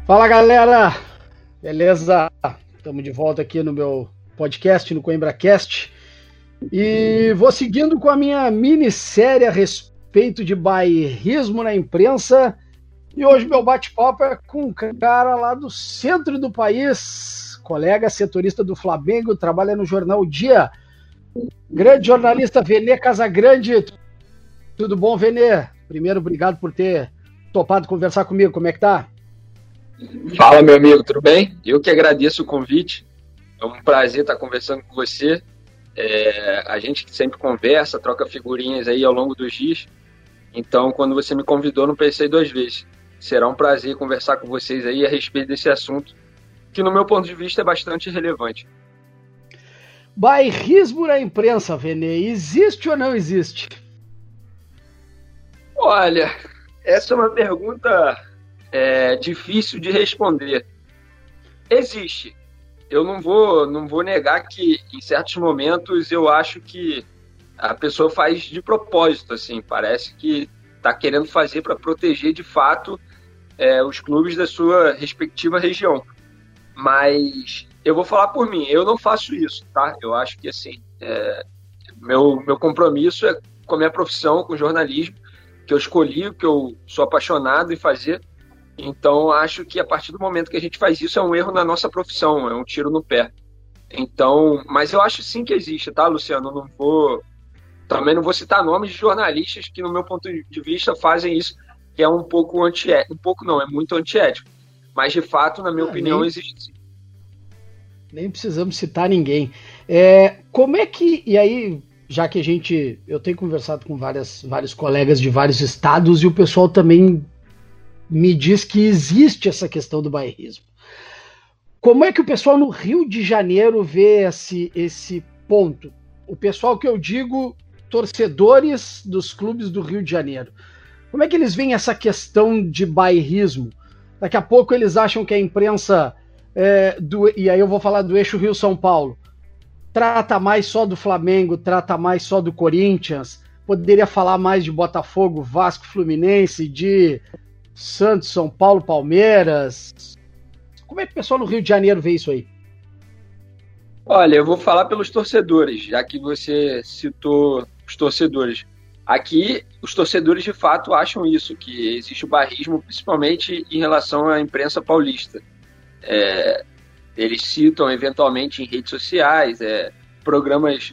Fala, galera! Beleza? Estamos de volta aqui no meu podcast, no CoimbraCast. E vou seguindo com a minha minissérie a respeito de bairrismo na imprensa. E hoje meu bate-papo é com um cara lá do centro do país, colega setorista do Flamengo, trabalha no jornal Dia. Grande jornalista Venê Casagrande. Tudo bom, Venê? Primeiro, obrigado por ter topado conversar comigo. Como é que tá? Fala, meu amigo, tudo bem? Eu que agradeço o convite. É um prazer estar conversando com você. A gente sempre conversa, troca figurinhas aí ao longo dos dias. Então, quando você me convidou, não pensei duas vezes. Será um prazer conversar com vocês aí a respeito desse assunto, que no meu ponto de vista é bastante relevante. Bairrismo na imprensa, Venê, existe ou não existe? Olha, essa é uma pergunta difícil de responder. Existe. Eu não vou negar que em certos momentos eu acho que a pessoa faz de propósito, assim, parece que está querendo fazer para proteger de fato os clubes da sua respectiva região. Mas eu vou falar por mim, eu não faço isso, tá? Eu acho que assim, meu compromisso é com a minha profissão, com o jornalismo, que eu escolhi, que eu sou apaixonado em fazer. Então, acho que a partir do momento que a gente faz isso, é um erro na nossa profissão, é um tiro no pé. Então, mas eu acho sim que existe, tá, Luciano? Também não vou citar nomes de jornalistas que, no meu ponto de vista, fazem isso, que é um pouco antiético. Um pouco não, é muito antiético. Mas, de fato, na minha opinião, existe sim. Nem precisamos citar ninguém. Como é que... E aí, já que eu tenho conversado com vários colegas de vários estados e o pessoal também me diz que existe essa questão do bairrismo. Como é que o pessoal no Rio de Janeiro vê esse ponto? O pessoal que eu digo, torcedores dos clubes do Rio de Janeiro. Como é que eles veem essa questão de bairrismo? Daqui a pouco eles acham que a imprensa, e aí eu vou falar do eixo Rio-São Paulo, trata mais só do Flamengo, trata mais só do Corinthians, poderia falar mais de Botafogo, Vasco, Fluminense, de Santos, São Paulo, Palmeiras. Como é que o pessoal no Rio de Janeiro vê isso aí? Olha, eu vou falar pelos torcedores, já que você citou os torcedores. Aqui, os torcedores de fato acham isso, que existe o bairrismo, principalmente em relação à imprensa paulista. Eles citam, eventualmente, em redes sociais, programas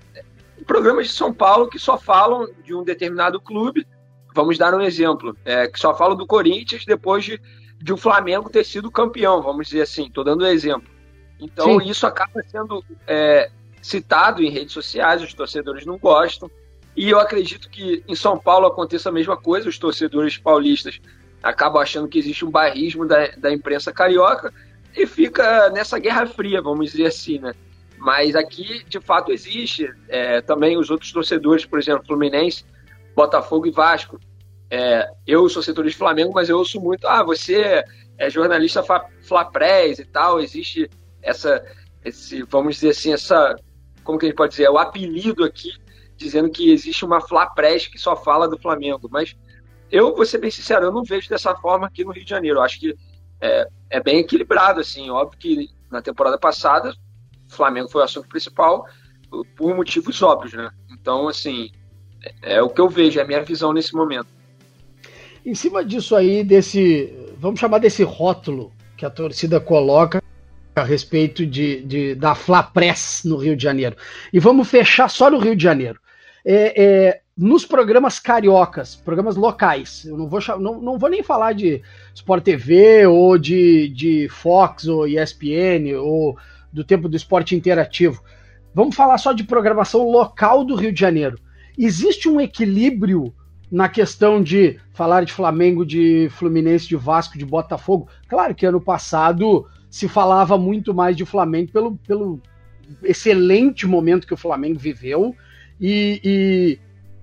de São Paulo que só falam de um determinado clube. Vamos dar um exemplo, que só falam do Corinthians depois de o Flamengo ter sido campeão, vamos dizer assim, estou dando um exemplo. Então, sim, isso acaba sendo citado em redes sociais, os torcedores não gostam, e eu acredito que em São Paulo aconteça a mesma coisa, os torcedores paulistas acabam achando que existe um bairrismo da imprensa carioca, e fica nessa guerra fria, vamos dizer assim, né? Mas aqui, de fato, existe também os outros torcedores, por exemplo, Fluminense, Botafogo e Vasco. Eu sou setorista de Flamengo, mas eu ouço muito, você é jornalista Flapress e tal, existe vamos dizer assim, como que a gente pode dizer, o apelido aqui, dizendo que existe uma Flapress que só fala do Flamengo, mas eu, vou ser bem sincero, eu não vejo dessa forma aqui no Rio de Janeiro, eu acho que é bem equilibrado, assim, óbvio que na temporada passada o Flamengo foi o assunto principal por motivos óbvios, né? Então, assim, é o que eu vejo, é a minha visão nesse momento. Em cima disso aí, vamos chamar desse rótulo que a torcida coloca a respeito da Flapress no Rio de Janeiro. E vamos fechar só no Rio de Janeiro. Nos programas cariocas, programas locais, eu não vou nem falar de Sport TV ou de Fox ou ESPN ou do tempo do esporte interativo. Vamos falar só de programação local do Rio de Janeiro. Existe um equilíbrio na questão de falar de Flamengo, de Fluminense, de Vasco, de Botafogo? Claro que ano passado se falava muito mais de Flamengo pelo excelente momento que o Flamengo viveu e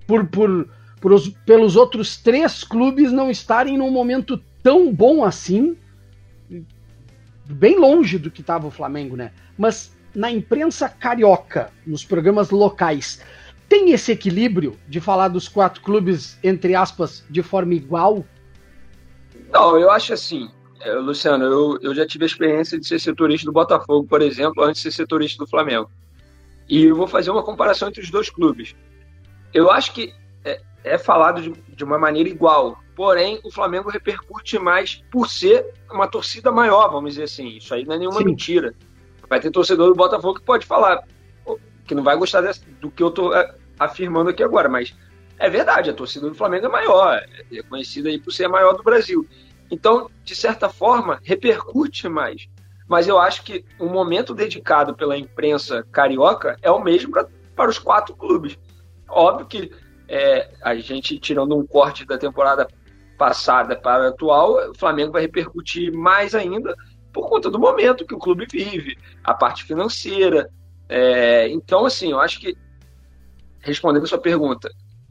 pelos outros três clubes não estarem num momento tão bom assim, bem longe do que estava o Flamengo, né? Mas na imprensa carioca, nos programas locais, tem esse equilíbrio de falar dos quatro clubes, entre aspas, de forma igual? Não, eu acho assim, Luciano, eu já tive a experiência de ser setorista do Botafogo, por exemplo, antes de ser setorista do Flamengo. E eu vou fazer uma comparação entre os dois clubes. Eu acho que é falado de uma maneira igual, porém o Flamengo repercute mais por ser uma torcida maior, vamos dizer assim. Isso aí não é nenhuma mentira. Vai ter torcedor do Botafogo que pode falar, que não vai gostar do que eu estou afirmando aqui agora, mas é verdade, a torcida do Flamengo é maior, é conhecida aí por ser a maior do Brasil. Então, de certa forma, repercute mais. Mas eu acho que o momento dedicado pela imprensa carioca é o mesmo para os 4 clubes. Óbvio que a gente, tirando um corte da temporada passada para a atual, o Flamengo vai repercutir mais ainda por conta do momento que o clube vive, a parte financeira. Então, assim, eu acho que, respondendo a sua pergunta,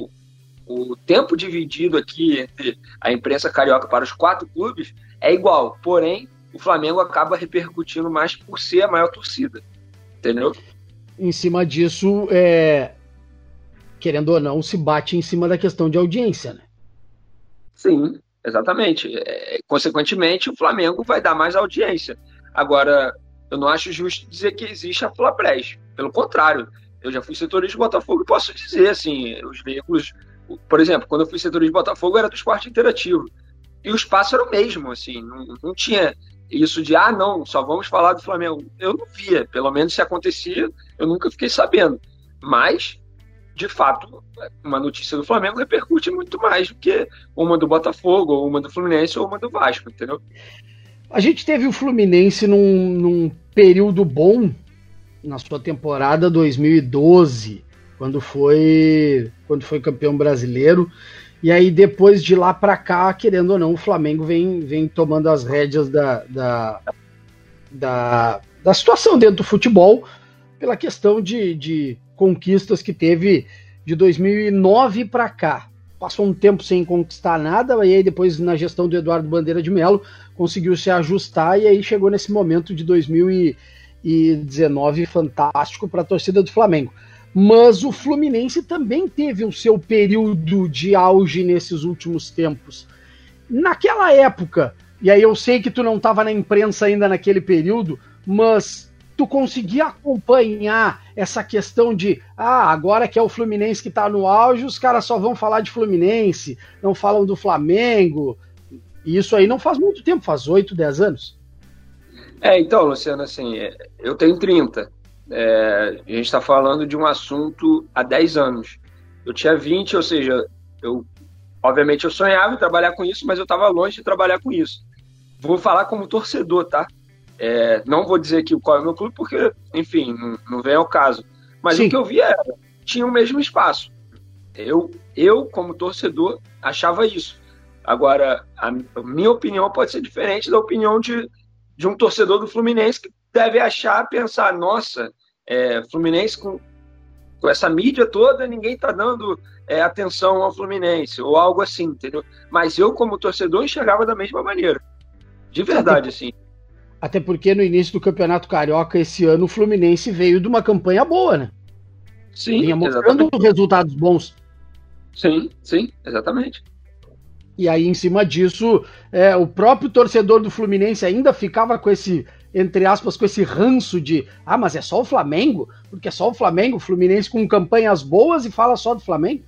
o tempo dividido aqui entre a imprensa carioca para os 4 clubes é igual, porém o Flamengo acaba repercutindo mais por ser a maior torcida, entendeu? Em cima disso, querendo ou não, se bate em cima da questão de audiência, né? Sim, exatamente. Consequentemente, o Flamengo vai dar mais audiência. Agora, eu não acho justo dizer que existe a Flapress. Pelo contrário, eu já fui setorista do Botafogo e posso dizer, assim, os veículos... Por exemplo, quando eu fui setorista do Botafogo, era do Esporte Interativo. E o espaço era o mesmo, assim, não tinha isso de, não, só vamos falar do Flamengo. Eu não via, pelo menos se acontecia, eu nunca fiquei sabendo. Mas, de fato, uma notícia do Flamengo repercute muito mais do que uma do Botafogo, ou uma do Fluminense, ou uma do Vasco, entendeu? A gente teve o Fluminense num período bom na sua temporada 2012, quando foi campeão brasileiro. E aí, depois de lá para cá, querendo ou não, o Flamengo vem tomando as rédeas da situação dentro do futebol, pela questão de conquistas que teve de 2009 para cá. Passou um tempo sem conquistar nada, e aí depois, na gestão do Eduardo Bandeira de Mello, conseguiu se ajustar, e aí chegou nesse momento de 2019 fantástico para a torcida do Flamengo. Mas o Fluminense também teve o seu período de auge nesses últimos tempos. Naquela época, e aí eu sei que tu não estava na imprensa ainda naquele período, mas tu conseguia acompanhar essa questão de agora que é o Fluminense que está no auge, os caras só vão falar de Fluminense, não falam do Flamengo. E isso aí não faz muito tempo, faz 8, 10 anos. Então, Luciano, assim, eu tenho 30. A gente está falando de um assunto há 10 anos. Eu tinha 20, ou seja, obviamente eu sonhava em trabalhar com isso, mas eu estava longe de trabalhar com isso. Vou falar como torcedor, tá? Não vou dizer aqui qual é o meu clube, porque, enfim, não vem ao caso. Mas Sim. O que eu via tinha o mesmo espaço. Eu, como torcedor, achava isso. Agora, a minha opinião pode ser diferente da opinião de um torcedor do Fluminense que deve pensar, nossa, Fluminense com essa mídia toda, ninguém está dando atenção ao Fluminense, ou algo assim, entendeu? Mas eu, como torcedor, enxergava da mesma maneira. De verdade, assim. Até porque no início do Campeonato Carioca, esse ano, o Fluminense veio de uma campanha boa, né? Sim, vinha mostrando resultados bons. Sim, exatamente. E aí, em cima disso, o próprio torcedor do Fluminense ainda ficava com esse, entre aspas, com esse ranço de mas é só o Flamengo? Porque é só o Flamengo, o Fluminense com campanhas boas e fala só do Flamengo?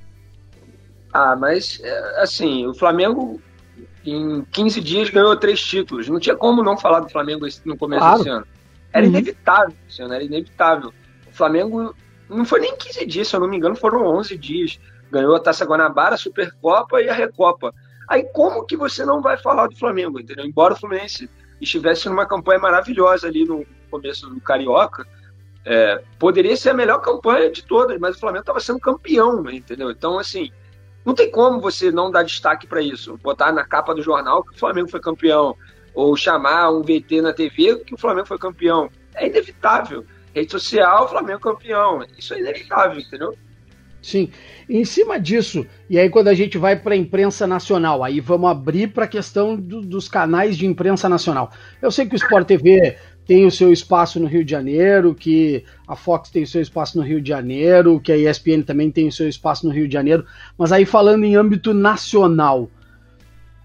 Mas, assim, o Flamengo em 15 dias ganhou 3 títulos. Não tinha como não falar do Flamengo no começo desse ano. Era inevitável, era inevitável. O Flamengo não foi nem 15 dias, se eu não me engano, foram 11 dias. Ganhou a Taça Guanabara, a Supercopa e a Recopa. Aí como que você não vai falar do Flamengo, entendeu? Embora o Fluminense estivesse numa campanha maravilhosa ali no começo do Carioca, poderia ser a melhor campanha de todas, mas o Flamengo estava sendo campeão, entendeu? Então, assim, não tem como você não dar destaque para isso. Botar na capa do jornal que o Flamengo foi campeão, ou chamar um VT na TV que o Flamengo foi campeão. É inevitável. Rede social, o Flamengo campeão. Isso é inevitável, entendeu? Sim, em cima disso, e aí quando a gente vai para a imprensa nacional, aí vamos abrir para a questão dos canais de imprensa nacional. Eu sei que o Sport TV tem o seu espaço no Rio de Janeiro, que a Fox tem o seu espaço no Rio de Janeiro, que a ESPN também tem o seu espaço no Rio de Janeiro, mas aí falando em âmbito nacional,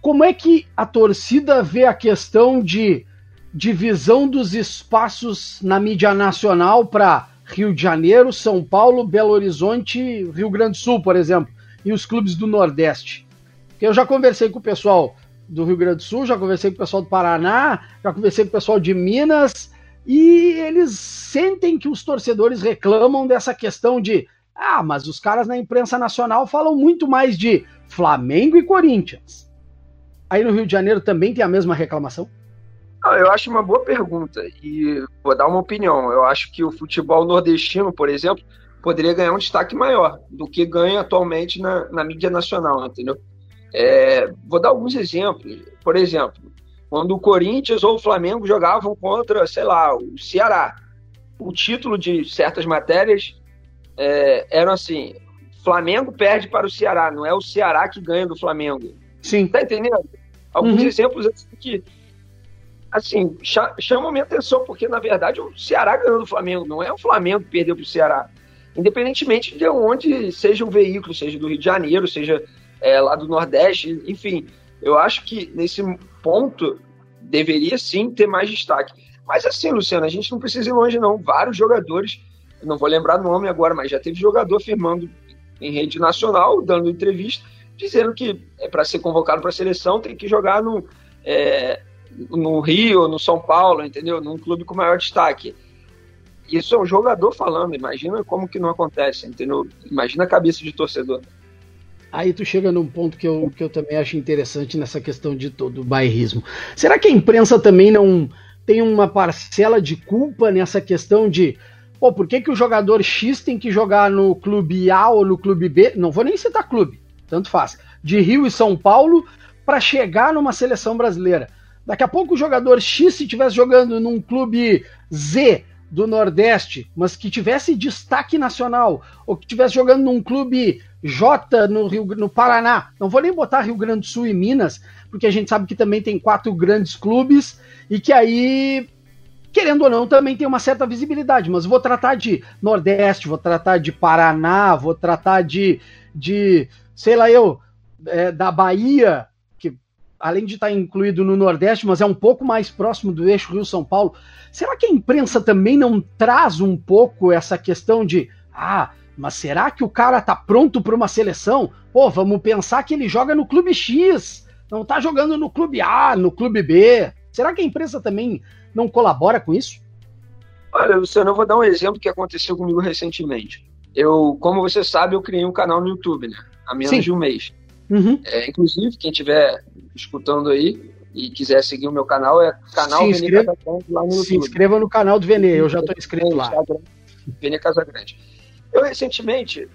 como é que a torcida vê a questão de divisão dos espaços na mídia nacional para Rio de Janeiro, São Paulo, Belo Horizonte, Rio Grande do Sul, por exemplo, e os clubes do Nordeste? Porque eu já conversei com o pessoal do Rio Grande do Sul, já conversei com o pessoal do Paraná, já conversei com o pessoal de Minas, e eles sentem que os torcedores reclamam dessa questão de mas os caras na imprensa nacional falam muito mais de Flamengo e Corinthians. Aí no Rio de Janeiro também tem a mesma reclamação? Eu acho uma boa pergunta e vou dar uma opinião. Eu acho que o futebol nordestino, por exemplo, poderia ganhar um destaque maior do que ganha atualmente na mídia nacional, entendeu? Vou dar alguns exemplos. Por exemplo, quando o Corinthians ou o Flamengo jogavam contra, sei lá, o Ceará, o título de certas matérias eram assim: Flamengo perde para o Ceará, não é o Ceará que ganha do Flamengo. Sim. Tá entendendo? Alguns exemplos assim que assim, chamam minha atenção, porque na verdade o Ceará ganhou do Flamengo, não é o Flamengo que perdeu para o Ceará. Independentemente de onde seja o veículo, seja do Rio de Janeiro, seja lá do Nordeste, enfim, eu acho que nesse ponto deveria sim ter mais destaque. Mas assim, Luciano, a gente não precisa ir longe não. Vários jogadores, não vou lembrar o nome agora, mas já teve jogador afirmando em rede nacional, dando entrevista, dizendo que para ser convocado para a seleção tem que jogar no Rio, no São Paulo, entendeu? Num clube com maior destaque. Isso é um jogador falando, imagina como que não acontece, entendeu? Imagina a cabeça de torcedor. Aí tu chega num ponto que eu também acho interessante nessa questão de todo o bairrismo. Será que a imprensa também não tem uma parcela de culpa nessa questão de por que o jogador X tem que jogar no clube A ou no clube B? Não vou nem citar clube, tanto faz. De Rio e São Paulo para chegar numa seleção brasileira. Daqui a pouco o jogador X, se estivesse jogando num clube Z do Nordeste, mas que tivesse destaque nacional, ou que estivesse jogando num clube J no Paraná, não vou nem botar Rio Grande do Sul e Minas, porque a gente sabe que também tem 4 grandes clubes, e que aí, querendo ou não, também tem uma certa visibilidade, mas vou tratar de Nordeste, vou tratar de Paraná, vou tratar de sei lá da Bahia, além de estar incluído no Nordeste, mas é um pouco mais próximo do eixo Rio-São Paulo. Será que a imprensa também não traz um pouco essa questão de mas será que o cara tá pronto para uma seleção? Vamos pensar que ele joga no clube X, não tá jogando no clube A, no clube B. Será que a imprensa também não colabora com isso? Olha, Luciano, eu vou dar um exemplo que aconteceu comigo recentemente. Como você sabe, eu criei um canal no YouTube, né? Há menos de um mês. Uhum. Inclusive, quem estiver escutando aí e quiser seguir o meu canal, canal Vene Casagrande lá no YouTube. Se inscreva no canal do Vene, eu já estou inscrito lá. Vene Casagrande. Eu recentemente,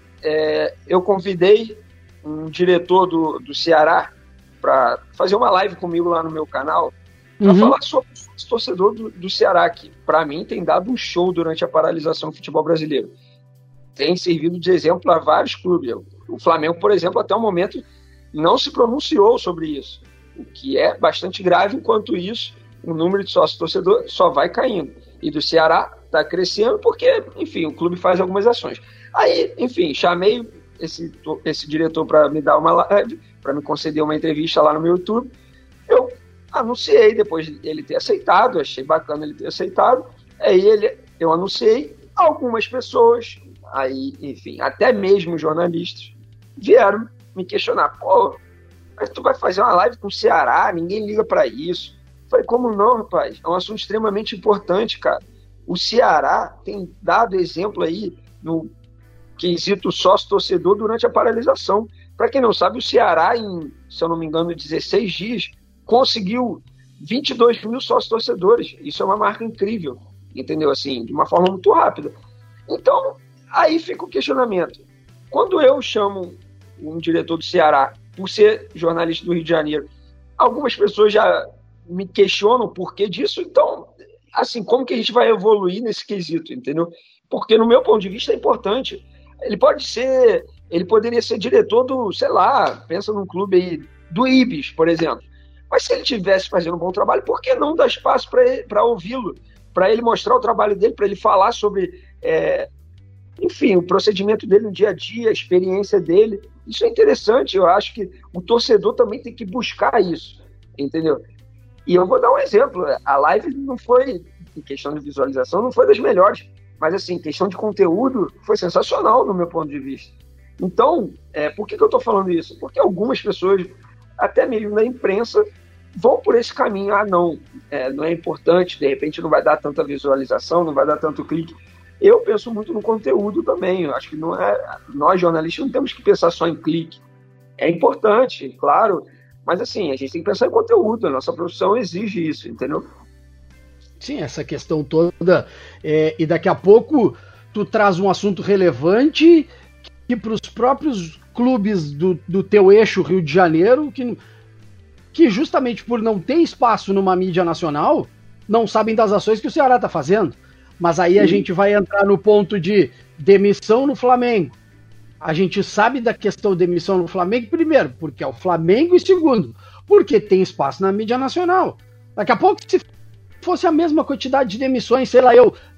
eu convidei um diretor do Ceará para fazer uma live comigo lá no meu canal, para falar sobre o torcedor do Ceará, que para mim tem dado um show durante a paralisação do futebol brasileiro. Tem servido de exemplo para vários clubes. O Flamengo, por exemplo, até o momento não se pronunciou sobre isso, o que é bastante grave. Enquanto isso, o número de sócio-torcedor só vai caindo. E do Ceará está crescendo porque, enfim, o clube faz algumas ações. Aí, enfim, chamei esse diretor para me dar uma live, para me conceder uma entrevista lá no meu YouTube. Eu anunciei, depois de ele ter aceitado, achei bacana ele ter aceitado. Aí eu anunciei, algumas pessoas, aí, enfim, até mesmo jornalistas, vieram me questionar: mas tu vai fazer uma live com o Ceará, ninguém liga para isso. Eu falei: como não, rapaz? É um assunto extremamente importante, cara. O Ceará tem dado exemplo aí no quesito sócio-torcedor durante a paralisação. Para quem não sabe, o Ceará, em, se eu não me engano, 16 dias, conseguiu 22 mil sócios-torcedores. Isso é uma marca incrível, entendeu? Assim, de uma forma muito rápida. Então, aí fica o questionamento. Quando eu chamo um diretor do Ceará por ser jornalista do Rio de Janeiro, algumas pessoas já me questionam o porquê disso. Então, assim, como que a gente vai evoluir nesse quesito, entendeu? Porque, no meu ponto de vista, é importante. Ele poderia ser diretor do, sei lá, pensa num clube aí, do Ibis, por exemplo. Mas se ele estivesse fazendo um bom trabalho, por que não dar espaço para ouvi-lo? Para ele mostrar o trabalho dele, para ele falar sobre enfim, o procedimento dele no dia a dia, a experiência dele, isso é interessante. Eu acho que o torcedor também tem que buscar isso, entendeu? E eu vou dar um exemplo, a live não foi, em questão de visualização, não foi das melhores, mas assim, questão de conteúdo, foi sensacional no meu ponto de vista. Então, por que eu estou falando isso? Porque algumas pessoas, até mesmo na imprensa, vão por esse caminho. Não é importante, de repente não vai dar tanta visualização, não vai dar tanto clique. Eu penso muito no conteúdo também. Eu acho que nós jornalistas não temos que pensar só em clique. É importante, claro, mas assim, a gente tem que pensar em conteúdo. A nossa profissão exige isso, entendeu? Sim, essa questão toda. E daqui a pouco tu traz um assunto relevante que para os próprios clubes do teu eixo Rio de Janeiro, que justamente por não ter espaço numa mídia nacional, não sabem das ações que o Ceará está fazendo. Mas aí a gente vai entrar no ponto de demissão no Flamengo. A gente sabe da questão de demissão no Flamengo, primeiro, porque é o Flamengo, e segundo, porque tem espaço na mídia nacional. Daqui a pouco, se fosse a mesma quantidade de demissões, sei lá,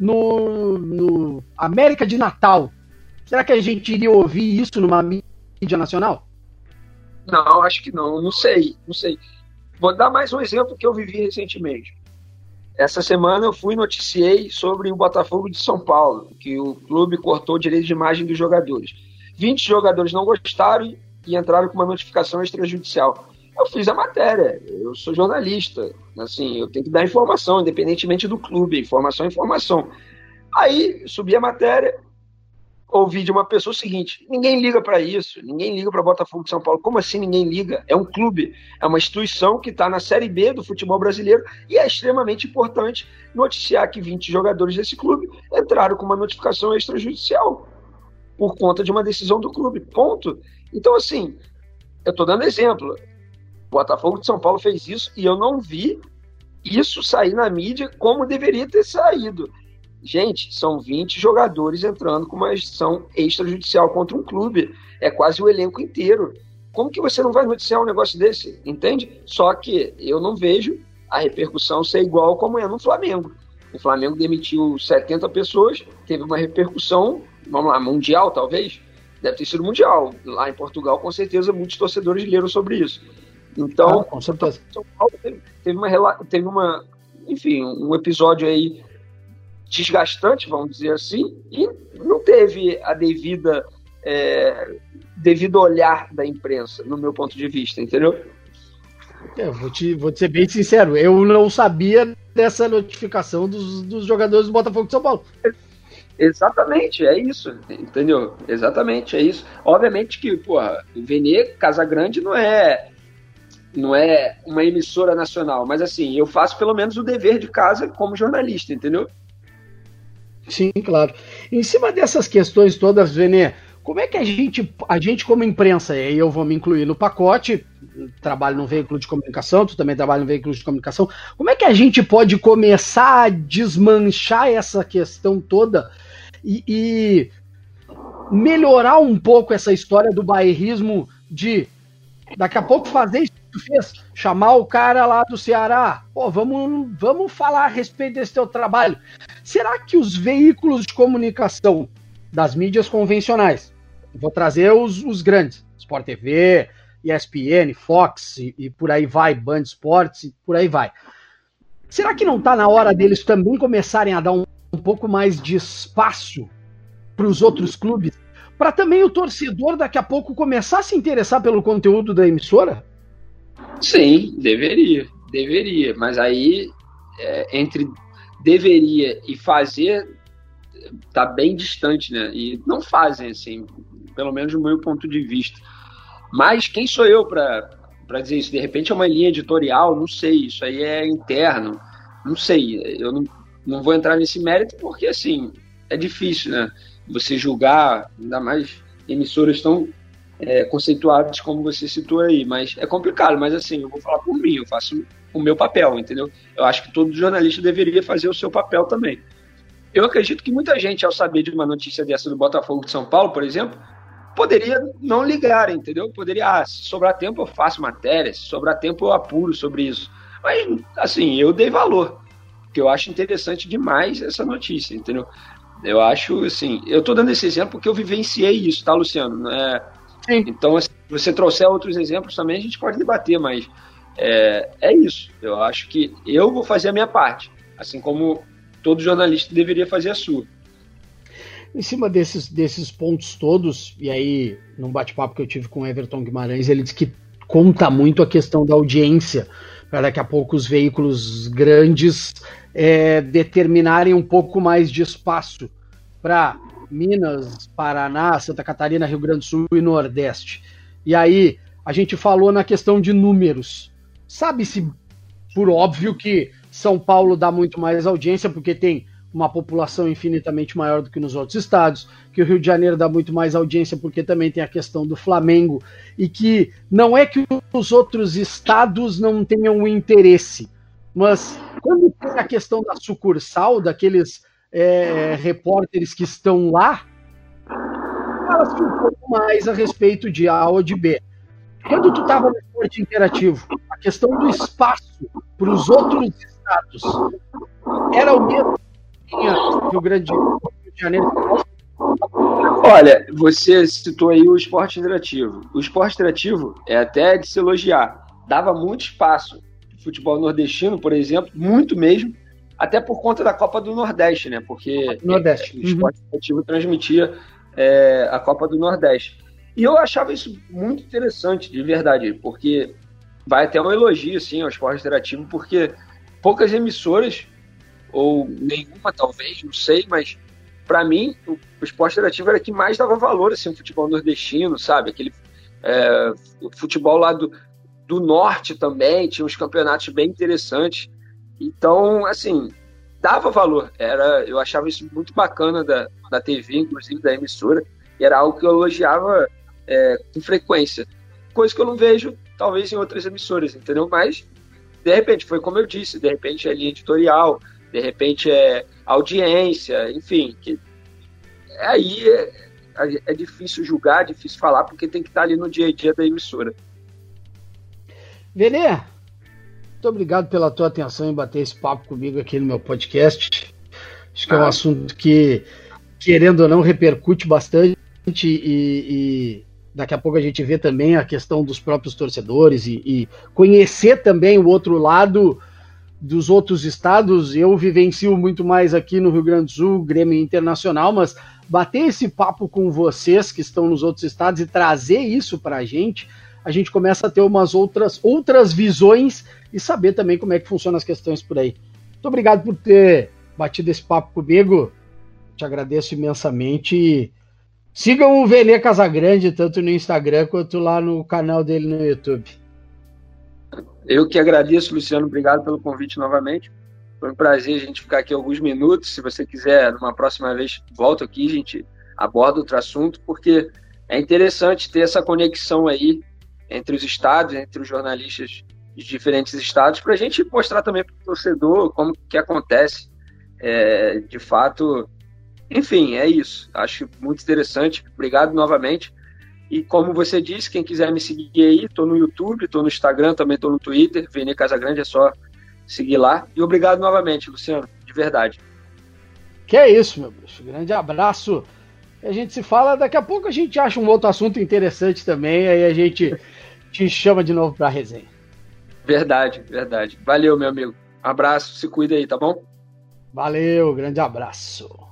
no América de Natal, será que a gente iria ouvir isso numa mídia nacional? Não, acho que não sei. Vou dar mais um exemplo que eu vivi recentemente. Essa semana eu noticiei sobre o Botafogo de São Paulo, que o clube cortou o direito de imagem dos jogadores. 20 jogadores não gostaram e entraram com uma notificação extrajudicial. Eu fiz a matéria, eu sou jornalista, assim, eu tenho que dar informação, independentemente do clube, informação é informação. Aí, subi a matéria, ouvi de uma pessoa o seguinte: ninguém liga para isso, ninguém liga para Botafogo de São Paulo. Como assim ninguém liga? É um clube, é uma instituição que está na Série B do futebol brasileiro e é extremamente importante noticiar que 20 jogadores desse clube entraram com uma notificação extrajudicial por conta de uma decisão do clube, ponto. Então, assim, eu estou dando exemplo. O Botafogo de São Paulo fez isso e eu não vi isso sair na mídia como deveria ter saído. Gente, são 20 jogadores entrando com uma ação extrajudicial contra um clube. É quase o elenco inteiro. Como que você não vai noticiar um negócio desse? Entende? Só que eu não vejo a repercussão ser igual como é no Flamengo. O Flamengo demitiu 70 pessoas, teve uma repercussão, vamos lá, mundial talvez? Deve ter sido mundial. Lá em Portugal, com certeza, muitos torcedores leram sobre isso. Então, com certeza. São Paulo teve um episódio aí desgastante, vamos dizer assim, e não teve a devido olhar da imprensa, no meu ponto de vista, entendeu? Eu vou te ser bem sincero, eu não sabia dessa notificação dos jogadores do Botafogo de São Paulo. Exatamente, é isso, entendeu? Exatamente, é isso. Obviamente que, porra, o Vene Casagrande não é uma emissora nacional, mas assim, eu faço pelo menos o dever de casa como jornalista, entendeu? Sim, claro. Em cima dessas questões todas, Vene, como é que a gente como imprensa, e aí eu vou me incluir no pacote, trabalho num veículo de comunicação, tu também trabalha num veículo de comunicação, como é que a gente pode começar a desmanchar essa questão toda e melhorar um pouco essa história do bairrismo de daqui a pouco fazer isso que tu fez, chamar o cara lá do Ceará, pô, vamos falar a respeito desse teu trabalho. Será que os veículos de comunicação das mídias convencionais, vou trazer os grandes, Sport TV, ESPN, Fox e por aí vai, Band Esportes e por aí vai. Será que não está na hora deles também começarem a dar um pouco mais de espaço para os outros clubes, para também o torcedor daqui a pouco começar a se interessar pelo conteúdo da emissora? Sim, deveria, mas aí entre deveria e fazer tá bem distante, né? E não fazem, assim, pelo menos do meu ponto de vista. Mas quem sou eu para dizer isso? De repente é uma linha editorial, não sei, isso aí é interno, não sei, eu não vou entrar nesse mérito porque, assim, é difícil, né? Você julgar, ainda mais emissoras tão conceituadas como você citou aí, mas é complicado, mas assim, eu vou falar por mim, eu faço o meu papel, entendeu? Eu acho que todo jornalista deveria fazer o seu papel também. Eu acredito que muita gente, ao saber de uma notícia dessa do Botafogo de São Paulo, por exemplo, poderia não ligar, entendeu? Poderia, se sobrar tempo eu faço matéria, se sobrar tempo eu apuro sobre isso. Mas, assim, eu dei valor, porque eu acho interessante demais essa notícia, entendeu? Eu acho, assim, eu estou dando esse exemplo porque eu vivenciei isso, tá, Luciano? Sim. Então, se você trouxer outros exemplos também, a gente pode debater, mas é isso. Eu acho que eu vou fazer a minha parte, assim como todo jornalista deveria fazer a sua. Em cima desses pontos todos, e aí, num bate-papo que eu tive com o Everton Guimarães, ele disse que conta muito a questão da audiência, para daqui a pouco os veículos grandes determinarem um pouco mais de espaço para Minas, Paraná, Santa Catarina, Rio Grande do Sul e Nordeste. E aí, a gente falou na questão de números. Sabe-se, por óbvio, que São Paulo dá muito mais audiência, porque tem uma população infinitamente maior do que nos outros estados, que o Rio de Janeiro dá muito mais audiência porque também tem a questão do Flamengo, e que não é que os outros estados não tenham interesse, mas quando tem a questão da sucursal, daqueles repórteres que estão lá, fala-se um pouco mais a respeito de A ou de B. Quando tu estava no esporte interativo, a questão do espaço para os outros estados era o mesmo Rio Grande do Janeiro? Olha, você citou aí o esporte interativo. O esporte interativo é até de se elogiar. Dava muito espaço de futebol nordestino, por exemplo, muito mesmo, até por conta da Copa do Nordeste, né? Porque Nordeste. O esporte interativo transmitia a Copa do Nordeste. E eu achava isso muito interessante, de verdade, porque vai até um elogio, assim, ao esporte interativo, porque poucas emissoras, ou nenhuma talvez, não sei, mas para mim o esporte interativo era que mais dava valor, assim, o futebol nordestino, sabe? Aquele o futebol lá do norte também, tinha uns campeonatos bem interessantes. Então, assim, dava valor. Eu achava isso muito bacana da TV, inclusive da emissora, e era algo que eu elogiava com frequência. Coisa que eu não vejo, talvez, em outras emissoras, entendeu? Mas, de repente, foi como eu disse, de repente é linha editorial, de repente audiência, enfim. Aí é difícil julgar, difícil falar, porque tem que estar ali no dia a dia da emissora. Venê, muito obrigado pela tua atenção em bater esse papo comigo aqui no meu podcast. Acho que é um assunto que, querendo ou não, repercute bastante e daqui a pouco a gente vê também a questão dos próprios torcedores e conhecer também o outro lado dos outros estados. Eu vivencio muito mais aqui no Rio Grande do Sul, Grêmio Internacional, mas bater esse papo com vocês que estão nos outros estados e trazer isso para a gente começa a ter umas outras visões e saber também como é que funcionam as questões por aí. Muito obrigado por ter batido esse papo comigo, te agradeço imensamente e sigam o Venê Casagrande tanto no Instagram quanto lá no canal dele no YouTube. Eu que agradeço, Luciano, obrigado pelo convite novamente. Foi um prazer a gente ficar aqui alguns minutos. Se você quiser, numa próxima vez, volta aqui, a gente aborda outro assunto, porque é interessante ter essa conexão aí entre os estados, entre os jornalistas de diferentes estados, para a gente mostrar também para o torcedor como que acontece. De fato, enfim, é isso. Acho muito interessante. Obrigado novamente. E como você disse, quem quiser me seguir aí, estou no YouTube, estou no Instagram, também estou no Twitter, Venê Casagrande, é só seguir lá. E obrigado novamente, Luciano, de verdade. Que é isso, meu bruxo. Grande abraço. A gente se fala, daqui a pouco a gente acha um outro assunto interessante também, aí a gente te chama de novo para a resenha. Verdade, verdade. Valeu, meu amigo. Um abraço, se cuida aí, tá bom? Valeu, grande abraço.